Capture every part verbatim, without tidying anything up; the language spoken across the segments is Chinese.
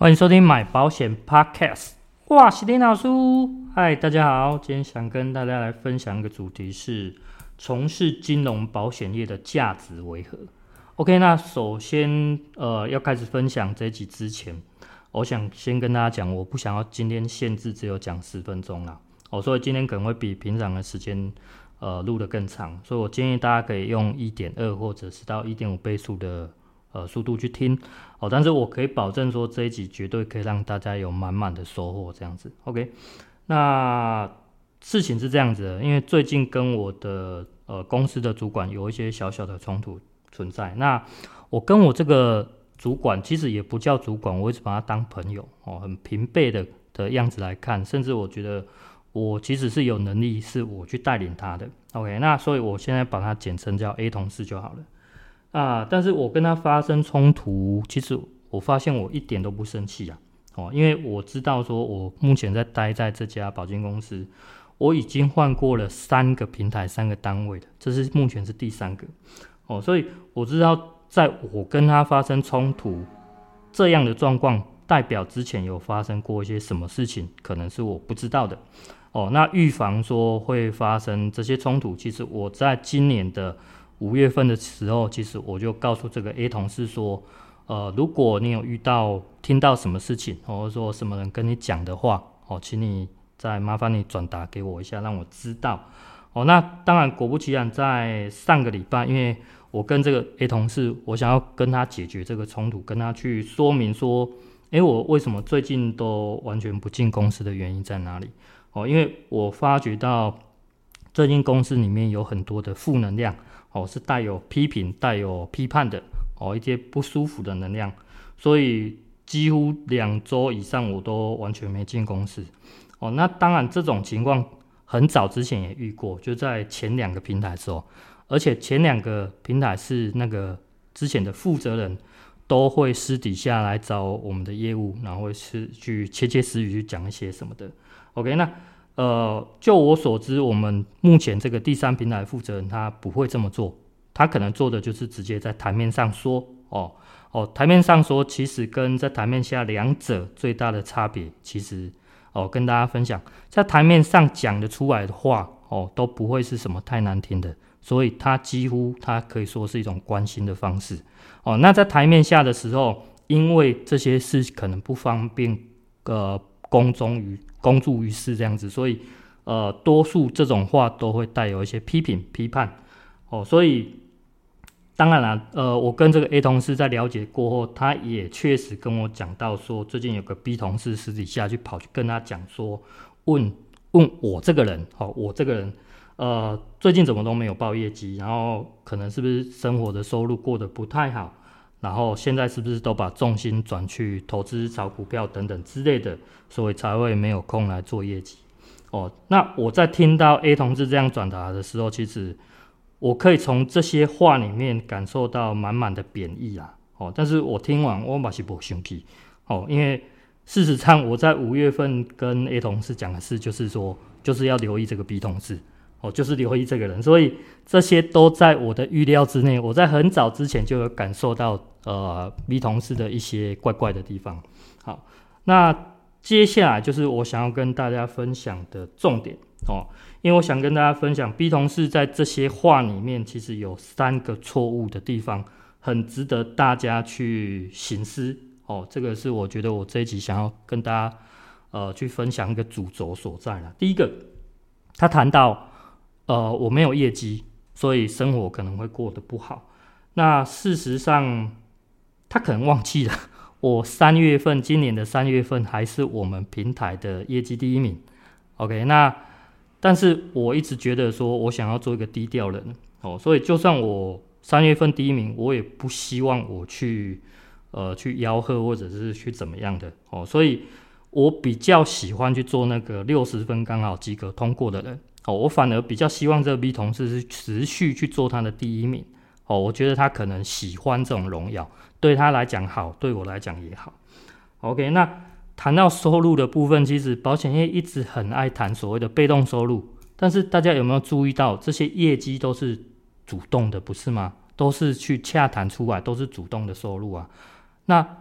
欢迎收听买保险 Podcast， 我是林老师。嗨，大家好，今天想跟大家来分享一个主题是从事金融保险业的价值为何。OK， 那首先呃要开始分享这一集之前，我想先跟大家讲，我不想要今天限制只有讲十分钟啦，哦，所以今天可能会比平常的时间呃录得更长，所以我建议大家可以用 一点二 或者是到 一点五 倍速的呃速度去听哦，但是我可以保证说这一集绝对可以让大家有满满的收获这样子。 OK， 那事情是这样子的，因为最近跟我的呃公司的主管有一些小小的冲突存在，那我跟我这个主管其实也不叫主管，我一直把他当朋友哦，很平辈的的样子来看，甚至我觉得我其实是有能力是我去带领他的。 OK， 那所以我现在把他简称叫 A 同事就好了啊，但是我跟他发生冲突，其实我发现我一点都不生气啊，哦，因为我知道说我目前在待在这家保金公司，我已经换过了三个平台、三个单位的，这是目前是第三个哦，所以我知道在我跟他发生冲突这样的状况，代表之前有发生过一些什么事情，可能是我不知道的哦。那预防说会发生这些冲突，其实我在今年的五月份的时候，其实我就告诉这个 A 同事说，呃，如果你有遇到听到什么事情，或者说什么人跟你讲的话，哦，请你再麻烦你转达给我一下，让我知道。哦，那当然果不其然，在上个礼拜，因为我跟这个 A 同事，我想要跟他解决这个冲突，跟他去说明说，诶，我为什么最近都完全不进公司的原因在哪里？哦，因为我发觉到最近公司里面有很多的负能量。哦，是带有批评、带有批判的哦，一些不舒服的能量，所以几乎两周以上我都完全没进公司哦。那当然，这种情况很早之前也遇过，就在前两个平台的时候，而且前两个平台是那个之前的负责人都会私底下来找我们的业务，然后是去窃窃私语去讲一些什么的。OK， 那。呃，就我所知，我们目前这个第三平台负责人他不会这么做，他可能做的就是直接在台面上说哦哦，台面上说其实跟在台面下两者最大的差别，其实哦跟大家分享，在台面上讲的出来的话哦都不会是什么太难听的，所以他几乎他可以说是一种关心的方式哦。那在台面下的时候，因为这些事可能不方便呃公众于。公诸于世这样子，所以呃，多数这种话都会带有一些批评、批判哦。所以当然啦，呃，我跟这个 A 同事在了解过后，他也确实跟我讲到说，最近有个 B 同事私底下去跑去跟他讲说，问问我这个人，哦，我这个人，呃，最近怎么都没有报业绩，然后可能是不是生活的收入过得不太好？然后现在是不是都把重心转去投资炒股票等等之类的，所以才会没有空来做业绩哦。那我在听到 A 同志这样转达的时候，其实我可以从这些话里面感受到满满的贬义啊。哦，但是我听完我也是不生气哦，因为事实上我在五月份跟 A 同事讲的事，就是说就是要留意这个 B 同事。哦，就是留意这个人，所以这些都在我的预料之内。我在很早之前就有感受到，呃 ，B 同事的一些怪怪的地方。好，那接下来就是我想要跟大家分享的重点哦，因为我想跟大家分享 B 同事在这些话里面，其实有三个错误的地方，很值得大家去省思。哦，这个是我觉得我这一集想要跟大家呃去分享一个主轴所在啦。第一个，他谈到。呃，我没有业绩，所以生活可能会过得不好。那事实上，他可能忘记了，我三月份，今年的三月份还是我们平台的业绩第一名。OK， 那但是我一直觉得说我想要做一个低调人哦，所以就算我三月份第一名，我也不希望我去呃去吆喝或者是去怎么样的哦，所以我比较喜欢去做那个六十分刚好及格通过的人。哦，我反而比较希望这个 B 同事是持续去做他的第一名。哦，我觉得他可能喜欢这种荣耀，对他来讲好，对我来讲也好。OK， 那谈到收入的部分，其实保险业一直很爱谈所谓的被动收入，但是大家有没有注意到，这些业绩都是主动的，不是吗？都是去洽谈出来，都是主动的收入啊。那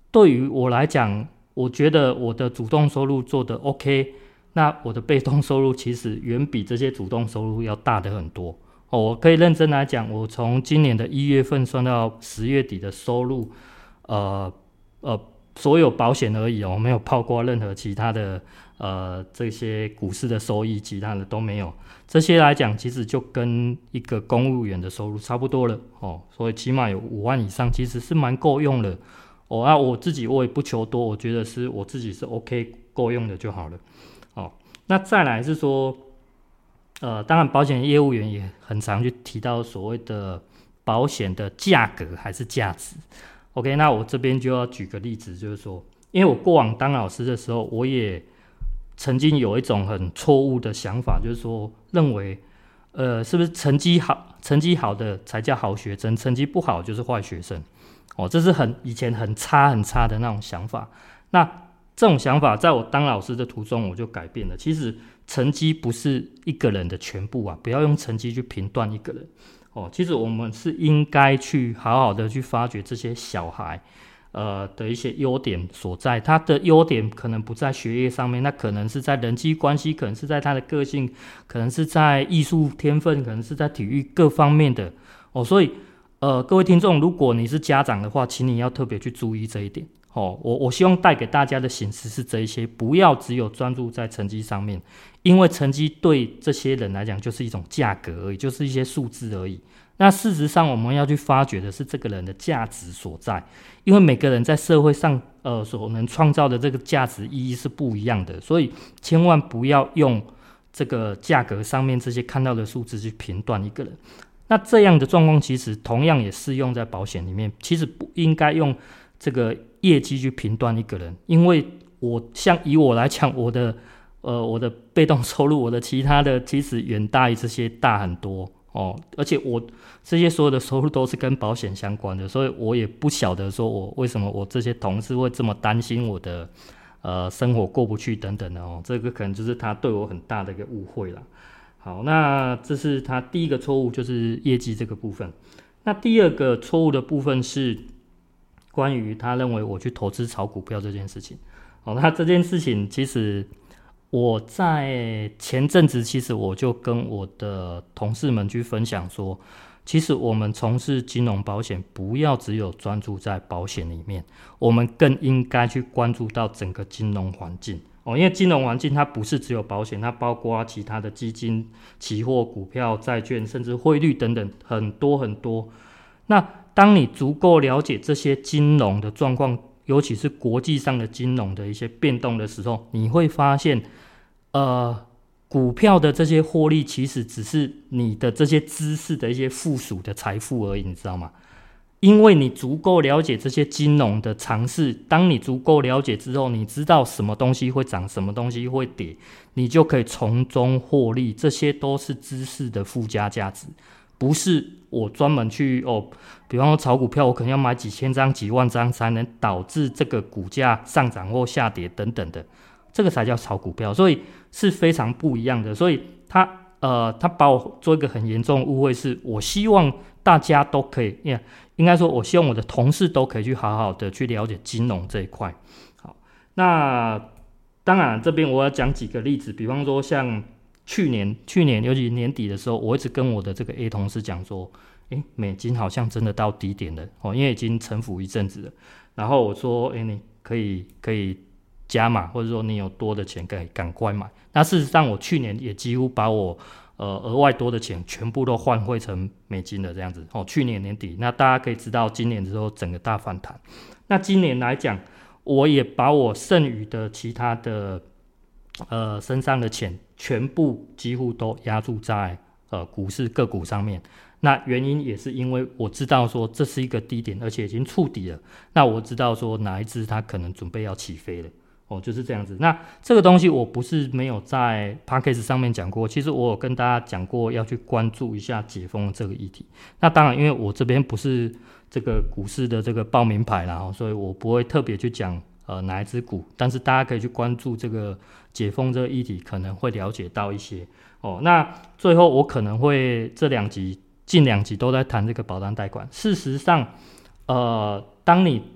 对于我来讲，我觉得我的主动收入做得 OK， 那我的被动收入其实远比这些主动收入要大的很多。哦，我可以认真来讲，我从今年的一月份算到十月底的收入，呃呃，所有保险而已哦，没有包括任何其他的呃这些股市的收益，其他的都没有。这些来讲，其实就跟一个公务员的收入差不多了哦，所以起码有五万以上，其实是蛮够用的哦。那、啊、我自己我也不求多，我觉得是我自己是 OK 够用的就好了哦。那再来是说。呃，当然，保险业务员也很常去提到所谓的保险的价格还是价值。OK， 那我这边就要举个例子，就是说，因为我过往当老师的时候，我也曾经有一种很错误的想法，就是说，认为，呃，是不是成绩好、成绩好的才叫好学生，成绩不好就是坏学生？哦，这是很以前很差很差的那种想法。那这种想法在我当老师的途中我就改变了。其实成绩不是一个人的全部啊，不要用成绩去评断一个人哦。其实我们是应该去好好的去发掘这些小孩呃的一些优点所在。他的优点可能不在学业上面，那可能是在人际关系，可能是在他的个性，可能是在艺术天分，可能是在体育各方面的哦。所以呃，各位听众，如果你是家长的话，请你要特别去注意这一点。哦，我我希望带给大家的形式是这一些，不要只有专注在成绩上面，因为成绩对这些人来讲就是一种价格而已，就是一些数字而已。那事实上我们要去发掘的是这个人的价值所在，因为每个人在社会上呃所能创造的这个价值意义是不一样的，所以千万不要用这个价格上面这些看到的数字去评断一个人。那这样的状况其实同样也适用在保险里面，其实不应该用这个业绩去评断一个人，因为我像以我来讲，我的呃我的被动收入，我的其他的其实远大于这些大很多哦，而且我这些所有的收入都是跟保险相关的，所以我也不晓得说我为什么我这些同事会这么担心我的呃生活过不去等等的哦，这个可能就是他对我很大的一个误会啦。好，那这是他第一个错误，就是业绩这个部分。那第二个错误的部分是关于他认为我去投资炒股票这件事情。好，那这件事情其实我在前阵子其实我就跟我的同事们去分享说，其实我们从事金融保险不要只有专注在保险里面，我们更应该去关注到整个金融环境哦，因为金融环境它不是只有保险，它包括其他的基金、期货、股票、债券，甚至汇率等等，很多很多。那当你足够了解这些金融的状况，尤其是国际上的金融的一些变动的时候，你会发现，呃，股票的这些获利其实只是你的这些知识的一些附属的财富而已，你知道吗？因为你足够了解这些金融的常识，当你足够了解之后，你知道什么东西会涨，什么东西会跌，你就可以从中获利。这些都是知识的附加价值，不是我专门去哦，比方说炒股票，我可能要买几千张、几万张才能导致这个股价上涨或下跌等等的，这个才叫炒股票，所以是非常不一样的。所以他呃，他把我做一个很严重的误会，是我希望大家都可以，应该说，我希望我的同事都可以去好好的去了解金融这一块。好，那当然这边我要讲几个例子，比方说像去年，去年尤其年底的时候，我一直跟我的这个 A 同事讲说，诶，美金好像真的到低点了哦，因为已经沉浮一阵子了。然后我说，诶，你可以可以加码，或者说你有多的钱可以赶快买。那事实上，我去年也几乎把我呃，额外多的钱全部都换汇成美金的这样子哦。去年年底，那大家可以知道，今年之后整个大反弹。那今年来讲，我也把我剩余的其他的呃身上的钱，全部几乎都压注在呃股市个股上面。那原因也是因为我知道说这是一个低点，而且已经触底了。那我知道说哪一只它可能准备要起飞了。哦，就是这样子。那这个东西我不是没有在 Podcast 上面讲过，其实我有跟大家讲过要去关注一下解封的这个议题。那当然，因为我这边不是这个股市的这个报名牌啦，所以我不会特别去讲呃哪一只股，但是大家可以去关注这个解封这个议题，可能会了解到一些。哦，那最后我可能会这两集近两集都在谈这个保单贷款。事实上，呃，当你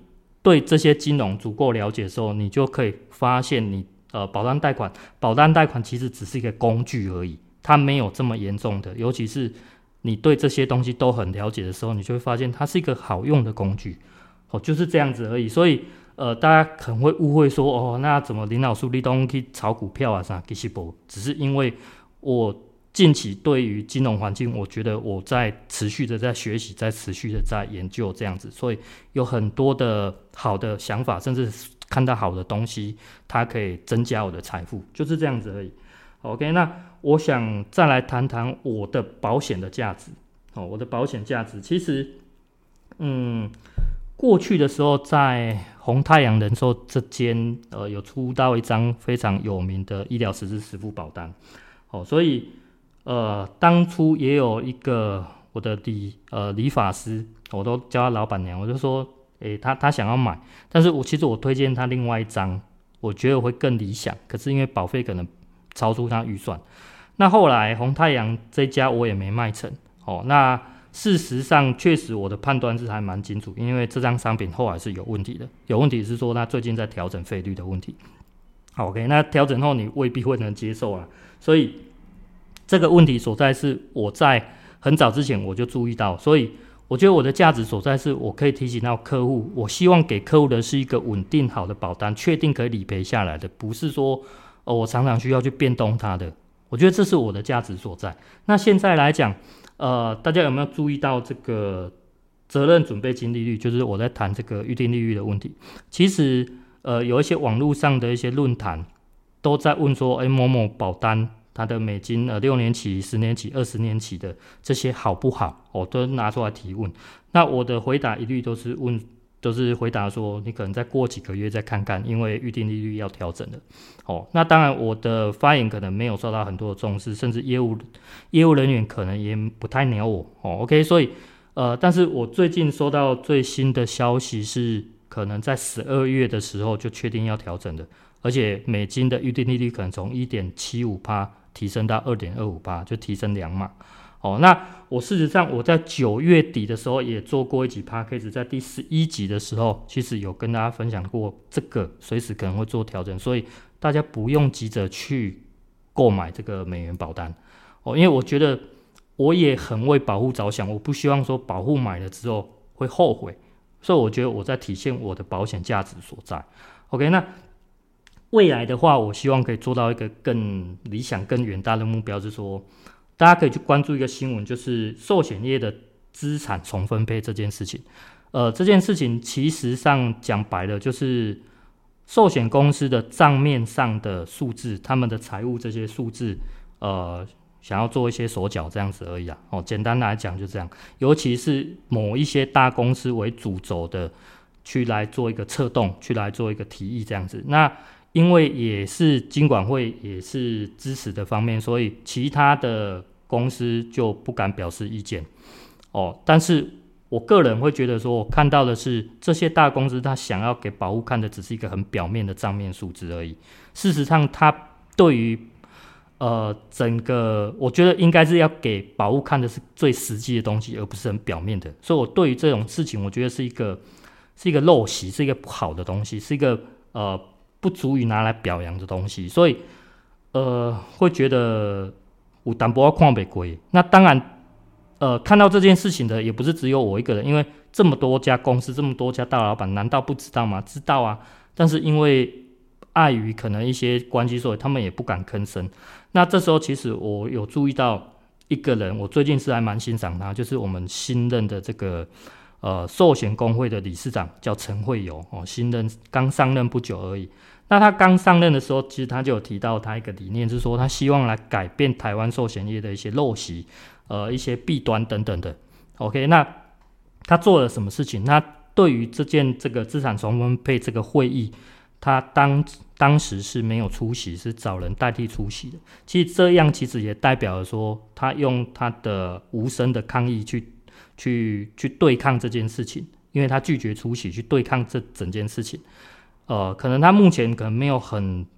对这些金融足够了解的时候，你就可以发现你呃保单贷款，保单贷款其实只是一个工具而已，它没有这么严重的。尤其是你对这些东西都很了解的时候，你就会发现它是一个好用的工具，哦，就是这样子而已。所以呃，大家可能会误会说，哦，那怎么林老师你都去炒股票啊啥？其实不，只是因为我近期对于金融环境，我觉得我在持续的在学习，在持续的在研究这样子，所以有很多的好的想法，甚至看到好的东西，它可以增加我的财富，就是这样子而已。OK， 那我想再来谈谈我的保险的价值。哦，我的保险价值其实，嗯，过去的时候在红太阳人寿这间，呃，有出到一张非常有名的医疗实支实付保单。哦，所以。呃，当初也有一个我的理呃理发师，我都叫他老板娘，我就说，诶，他他想要买，但是我其实我推荐他另外一张，我觉得会更理想，可是因为保费可能超出他预算，那后来红太阳这家我也没卖成，哦，那事实上确实我的判断是还蛮清楚，因为这张商品后来是有问题的，有问题是说他最近在调整费率的问题。好 ，OK， 那调整后你未必会能接受啦，所以。这个问题所在是我在很早之前我就注意到，所以我觉得我的价值所在是我可以提醒到客户，我希望给客户的是一个稳定好的保单，确定可以理赔下来的，不是说、哦、我常常需要去变动它的。我觉得这是我的价值所在。那现在来讲，呃，大家有没有注意到这个责任准备金利率？就是我在谈这个预定利率的问题。其实，呃，有一些网络上的一些论坛都在问说，哎，某某保单。它的美金呃六年期、十年期、二十年期的这些好不好？我、哦、都拿出来提问。那我的回答一律都是问，都是回答说，你可能再过几个月再看看，因为预定利率要调整了。哦，那当然我的发言可能没有受到很多的重视，甚至业务业务人员可能也不太鸟我。哦 ，OK， 所以呃，但是我最近收到最新的消息是，可能在十二月的时候就确定要调整的，而且美金的预定利率可能从 一点七五趴。提升到 二点二五八， 就提升两码。哦，那我事实上我在九月底的时候也做过一集 Podcast， 在第十一集的时候，其实有跟大家分享过这个随时可能会做调整，所以大家不用急着去购买这个美元保单。哦，因为我觉得我也很为保护着想，我不希望说保护买了之后会后悔，所以我觉得我在体现我的保险价值所在。OK， 那未来的话，我希望可以做到一个更理想、更远大的目标，就是说，大家可以去关注一个新闻，就是寿险业的资产重分配这件事情。呃，这件事情其实上讲白了，就是寿险公司的账面上的数字，他们的财务这些数字，呃，想要做一些手脚这样子而已啊。哦，简单来讲就这样。尤其是某一些大公司为主轴的，去来做一个策动，去来做一个提议这样子。那因为也是金管会也是支持的方面，所以其他的公司就不敢表示意见哦。但是我个人会觉得说，我看到的是这些大公司他想要给保户看的只是一个很表面的账面数字而已。事实上，他对于呃整个，我觉得应该是要给保户看的是最实际的东西，而不是很表面的。所以我对于这种事情，我觉得是一个是一个陋习，是一个不好的东西，是一个呃。不足以拿来表扬的东西，所以呃会觉得有淡薄看不过。那当然，呃看到这件事情的也不是只有我一个人，因为这么多家公司，这么多家大老板，难道不知道吗？知道啊，但是因为碍于可能一些关系，所以他们也不敢吭声。那这时候其实我有注意到一个人，我最近是还蛮欣赏他，就是我们新任的这个。呃，寿险公会的理事长叫陈慧友哦，新任刚上任不久而已。那他刚上任的时候，其实他就有提到他一个理念，就是说他希望来改变台湾寿险业的一些陋习，呃，一些弊端等等的。OK， 那他做了什么事情？那对于这件这个资产重分配这个会议，他当当时是没有出席，是找人代替出席的。其实这样其实也代表了说，他用他的无声的抗议去。去去对抗这件事情，因为他拒绝出席去对抗这整件事情，呃，可能他目前可能没有很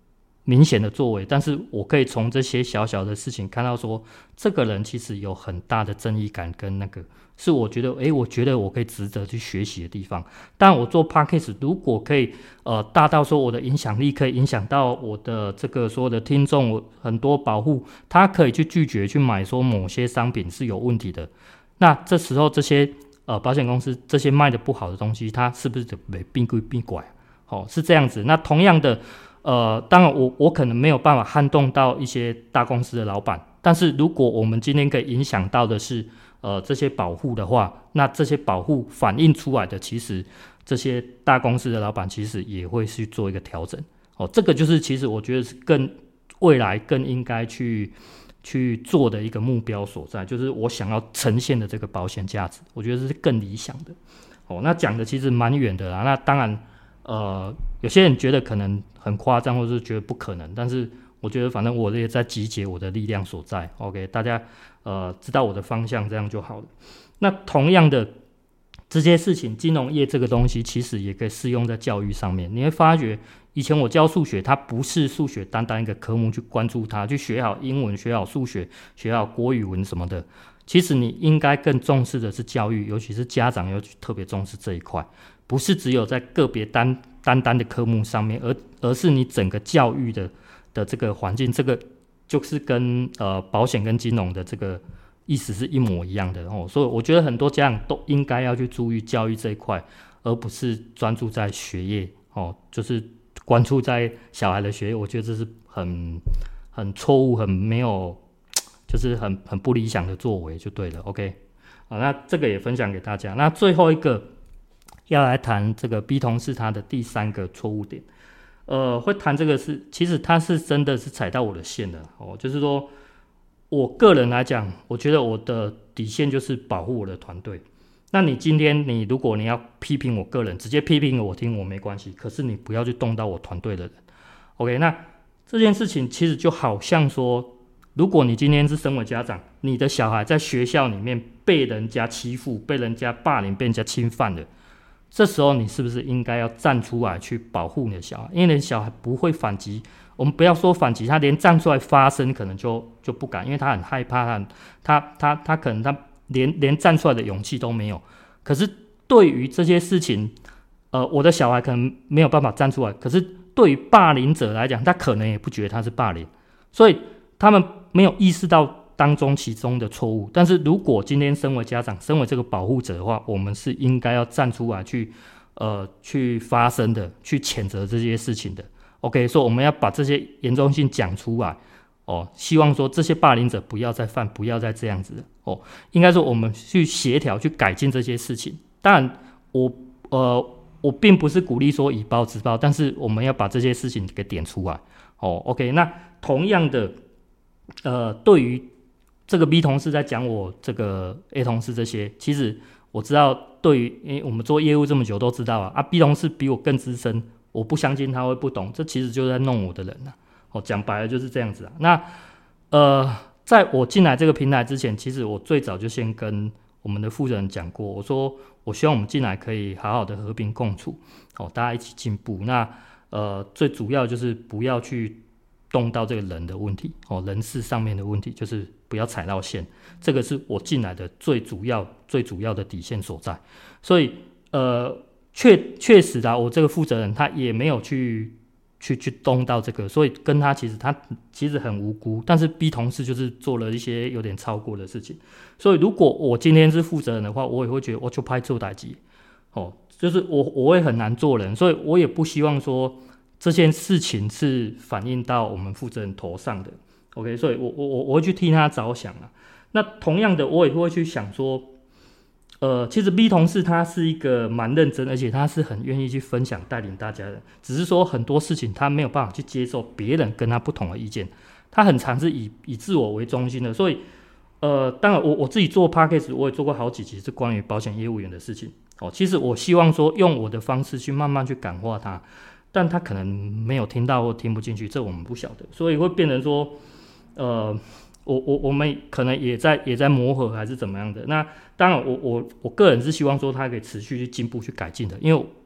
明显的作为，但是我可以从这些小小的事情看到说，这个人其实有很大的正义感跟那个是我觉得诶我觉得我可以值得去学习的地方。但我做 Podcast 如果可以呃大到说我的影响力可以影响到我的这个所有的听众很多保护，他可以去拒绝去买说某些商品是有问题的，那这时候这些呃保险公司这些卖的不好的东西，它是不是就没变贵变拐？哦，是这样子。那同样的呃，当然我我可能没有办法撼动到一些大公司的老板，但是如果我们今天可以影响到的是呃这些保护的话，那这些保护反映出来的，其实这些大公司的老板其实也会去做一个调整。哦，这个就是其实我觉得是更未来更应该去去做的一个目标所在，就是我想要呈现的这个保险价值，我觉得是更理想的。哦，那讲的其实蛮远的啦，那当然。呃，有些人觉得可能很夸张，或是觉得不可能，但是我觉得反正我也在集结我的力量所在。OK， 大家呃知道我的方向，这样就好了。那同样的这些事情，金融业这个东西其实也可以适用在教育上面。你会发觉，以前我教数学，它不是数学单单一个科目去关注它，去学好英文、学好数学、学好国语文什么的。其实你应该更重视的是教育，尤其是家长要特别重视这一块。不是只有在个别单单单的科目上面，而而是你整个教育的的这个环境，这个就是跟呃保险跟金融的这个意思是一模一样的哦。所以我觉得很多家长都应该要去注意教育这一块，而不是专注在学业哦，就是关注在小孩的学业。我觉得这是很很错误、很没有，就是很很不理想的作为就对了。OK， 好，那这个也分享给大家。那最后一个。要来谈这个 B 同事他的第三个错误点，呃，会谈这个是，其实他是真的是踩到我的线了哦，就是说，我个人来讲，我觉得我的底线就是保护我的团队。那你今天你如果你要批评我个人，直接批评我听我没关系，可是你不要去动到我团队的人。OK， 那这件事情其实就好像说，如果你今天是身为家长，你的小孩在学校里面被人家欺负、被人家霸凌、被人家侵犯了。这时候你是不是应该要站出来去保护你的小孩？因为你的小孩不会反击，我们不要说反击，他连站出来发声可能就就不敢，因为他很害怕，他他他他可能他连连站出来的勇气都没有。可是对于这些事情，呃，我的小孩可能没有办法站出来，可是对于霸凌者来讲，他可能也不觉得他是霸凌，所以他们没有意识到当中其中的错误。但是如果今天身为家长，身为这个保护者的话，我们是应该要站出来去呃去发声的，去谴责这些事情的。 OK， 所以我们要把这些严重性讲出来哦，希望说这些霸凌者不要再犯，不要再这样子哦。应该说我们去协调去改进这些事情。当然我呃我并不是鼓励说以暴制暴，但是我们要把这些事情给点出来哦。 OK， 那同样的呃对于这个 B 同事在讲我这个 A 同事这些，其实我知道，对于因为我们做业务这么久都知道啊，啊 B 同事比我更资深，我不相信他会不懂，这其实就是在弄我的人啊。哦，讲白了就是这样子啊。那呃，在我进来这个平台之前，其实我最早就先跟我们的负责人讲过，我说我希望我们进来可以好好的和平共处，哦，大家一起进步。那呃，最主要就是不要去动到这个人的问题哦，人事上面的问题，就是不要踩到线，这个是我进来的最主要、最主要的底线所在。所以，呃，确确实啊，我这个负责人他也没有去去去动到这个，所以跟他其实他其实很无辜，但是 B 同事就是做了一些有点超过的事情。所以，如果我今天是负责人的话，我也会觉得我就拍做代志哦，就是我我会很难做人，所以我也不希望说。这件事情是反映到我们负责人头上的 ，OK， 所以我我我会去替他着想啊。那同样的，我也会去想说，呃，其实 B 同事他是一个蛮认真，而且他是很愿意去分享、带领大家的。只是说很多事情他没有办法去接受别人跟他不同的意见，他很常是以以自我为中心的。所以，呃，当然我我自己做 Podcast， 我也做过好几集是关于保险业务员的事情。哦，其实我希望说用我的方式去慢慢去感化他。但他可能没有听到或听不进去，这我们不晓得，所以会变成说，呃，我我我们可能也在也在磨合还是怎么样的。那当然我，我我我个人是希望说他可以持续去进步去改进的，因为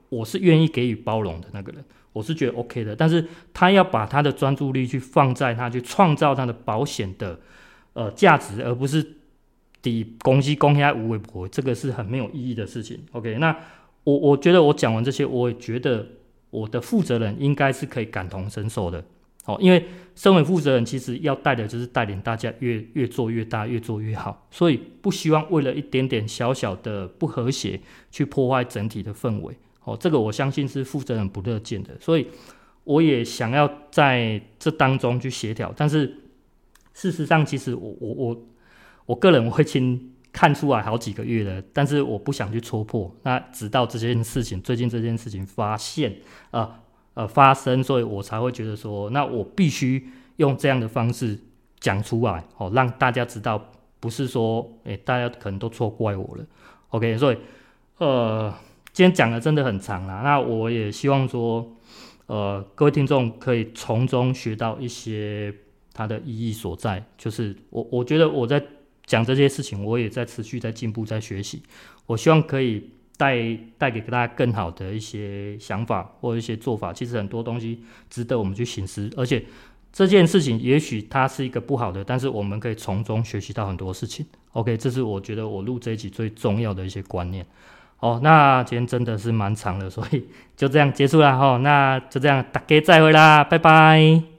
我是愿意给予包容的那个人，我是觉得 OK 的。但是他要把他的专注力去放在他去创造他的保险的呃价值，而不是抵公司公开无微博，这个是很没有意义的事情。OK， 那我我觉得我讲完这些，我也觉得我的负责人应该是可以感同身受的。哦，因为身为负责人，其实要带的就是带领大家越越做越大，越做越好，所以不希望为了一点点小小的不和谐去破坏整体的氛围。哦，这个我相信是负责人不乐见的，所以我也想要在这当中去协调。但是事实上，其实我我我我个人我已经看出来好几个月了，但是我不想去戳破。那直到这件事情，最近这件事情发现啊。呃呃，发生，所以我才会觉得说，那我必须用这样的方式讲出来，哦，让大家知道，不是说，诶，大家可能都错怪我了 ，OK， 所以，呃，今天讲的真的很长啦，那我也希望说，呃，各位听众可以从中学到一些它的意义所在，就是我我觉得我在讲这些事情，我也在持续在进步，在学习，我希望可以。带带给大家更好的一些想法或一些做法，其实很多东西值得我们去省思，而且这件事情也许它是一个不好的，但是我们可以从中学习到很多事情。OK， 这是我觉得我录这一集最重要的一些观念。哦，那今天真的是蛮长的，所以就这样结束了哈。那就这样，大家再会啦，拜拜。